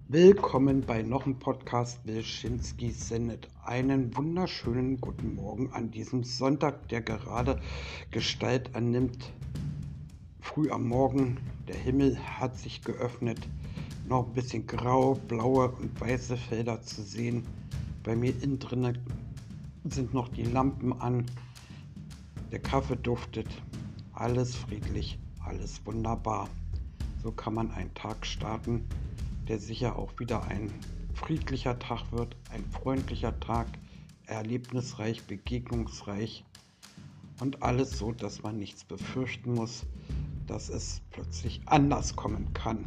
Willkommen bei noch einem Podcast Wilczynski sendet. Einen wunderschönen guten Morgen an diesem Sonntag, der gerade Gestalt annimmt. Früh am Morgen, der Himmel hat sich geöffnet, noch ein bisschen grau, blaue und weiße Felder zu sehen. Bei mir innen drinnen sind noch die Lampen an, der Kaffee duftet, alles friedlich, alles wunderbar. So kann man einen Tag starten, der sicher auch wieder ein friedlicher Tag wird, ein freundlicher Tag, erlebnisreich, begegnungsreich und alles so, dass man nichts befürchten muss, dass es plötzlich anders kommen kann.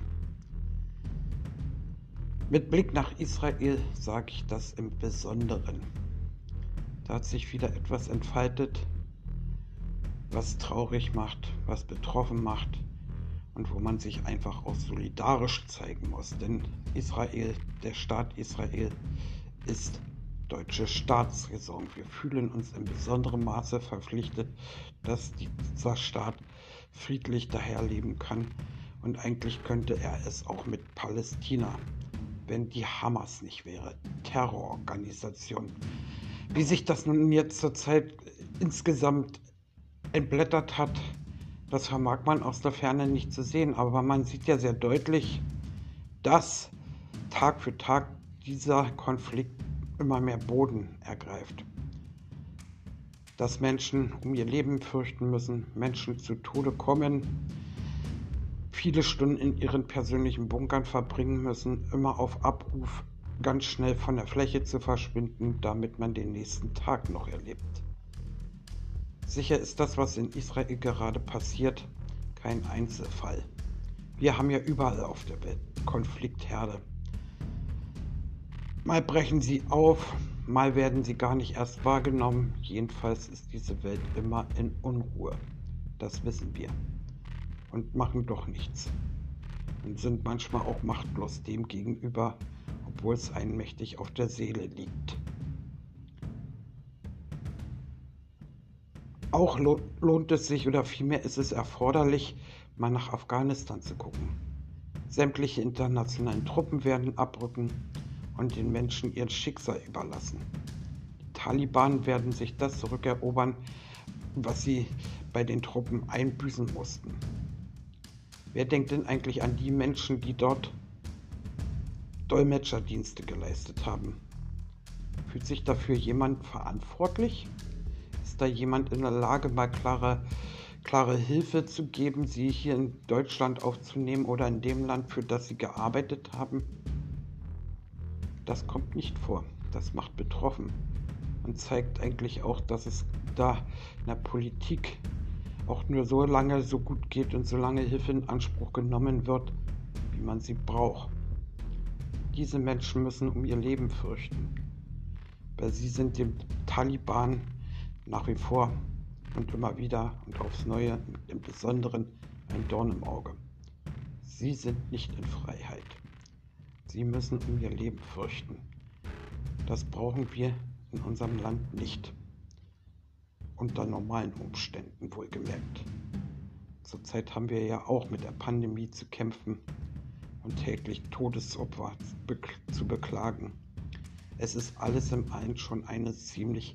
Mit Blick nach Israel sage ich das im Besonderen. Da hat sich wieder etwas entfaltet, was traurig macht, was betroffen macht und wo man sich einfach auch solidarisch zeigen muss. Denn Israel, der Staat Israel, ist deutsche Staatsräson. Wir fühlen uns in besonderem Maße verpflichtet, dass dieser Staat friedlich daherleben kann. Und eigentlich könnte er es auch mit Palästina, wenn die Hamas nicht wäre, Terrororganisation. Wie sich das nun jetzt zurzeit insgesamt entblättert hat, das vermag man aus der Ferne nicht zu sehen, aber man sieht ja sehr deutlich, dass Tag für Tag dieser Konflikt immer mehr Boden ergreift. Dass Menschen um ihr Leben fürchten müssen, Menschen zu Tode kommen, viele Stunden in ihren persönlichen Bunkern verbringen müssen, immer auf Abruf ganz schnell von der Fläche zu verschwinden, damit man den nächsten Tag noch erlebt. Sicher ist das, was in Israel gerade passiert, kein Einzelfall. Wir haben ja überall auf der Welt Konfliktherde. Mal brechen sie auf, mal werden sie gar nicht erst wahrgenommen. Jedenfalls ist diese Welt immer in Unruhe. Das wissen wir. Und machen doch nichts. Und sind manchmal auch machtlos dem gegenüber, obwohl es einen mächtig auf der Seele liegt. Auch lohnt es sich, oder vielmehr ist es erforderlich, mal nach Afghanistan zu gucken. Sämtliche internationalen Truppen werden abrücken und den Menschen ihr Schicksal überlassen. Die Taliban werden sich das zurückerobern, was sie bei den Truppen einbüßen mussten. Wer denkt denn eigentlich an die Menschen, die dort Dolmetscherdienste geleistet haben? Fühlt sich dafür jemand verantwortlich? Ist da jemand in der Lage, mal klare Hilfe zu geben, sie hier in Deutschland aufzunehmen oder in dem Land, für das sie gearbeitet haben? Das kommt nicht vor. Das macht betroffen und zeigt eigentlich auch, dass es da in der Politik auch nur so lange so gut geht und so lange Hilfe in Anspruch genommen wird, wie man sie braucht. Diese Menschen müssen um ihr Leben fürchten, weil sie sind dem Taliban nach wie vor und immer wieder und aufs Neue im Besonderen ein Dorn im Auge. Sie sind nicht in Freiheit. Sie müssen um ihr Leben fürchten. Das brauchen wir in unserem Land nicht. Unter normalen Umständen wohlgemerkt. Zurzeit haben wir ja auch mit der Pandemie zu kämpfen und täglich Todesopfer zu beklagen. Es ist alles im Allen schon eine ziemlich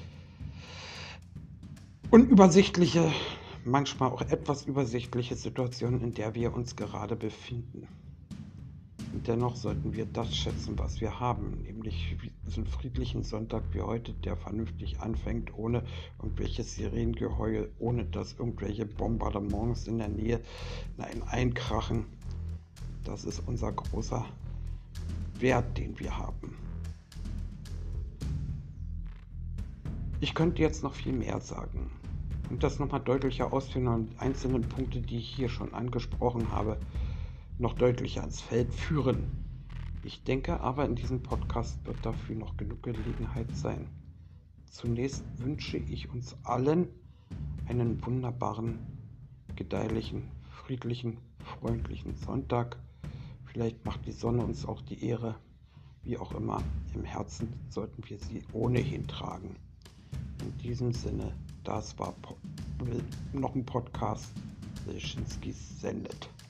unübersichtliche, manchmal auch etwas übersichtliche Situation, in der wir uns gerade befinden. Und dennoch sollten wir das schätzen, was wir haben, nämlich diesen friedlichen Sonntag wie heute, der vernünftig anfängt, ohne irgendwelches Sirenengeheul, ohne dass irgendwelche Bombardements in der Nähe einkrachen. Das ist unser großer Wert, den wir haben. Ich könnte jetzt noch viel mehr sagen und das nochmal deutlicher ausführen und einzelne Punkte, die ich hier schon angesprochen habe, noch deutlicher ans Feld führen. Ich denke aber, in diesem Podcast wird dafür noch genug Gelegenheit sein. Zunächst wünsche ich uns allen einen wunderbaren, gedeihlichen, friedlichen, freundlichen Sonntag. Vielleicht macht die Sonne uns auch die Ehre. Wie auch immer, im Herzen sollten wir sie ohnehin tragen. In diesem Sinne, das war noch ein Podcast, Wilczynski sendet.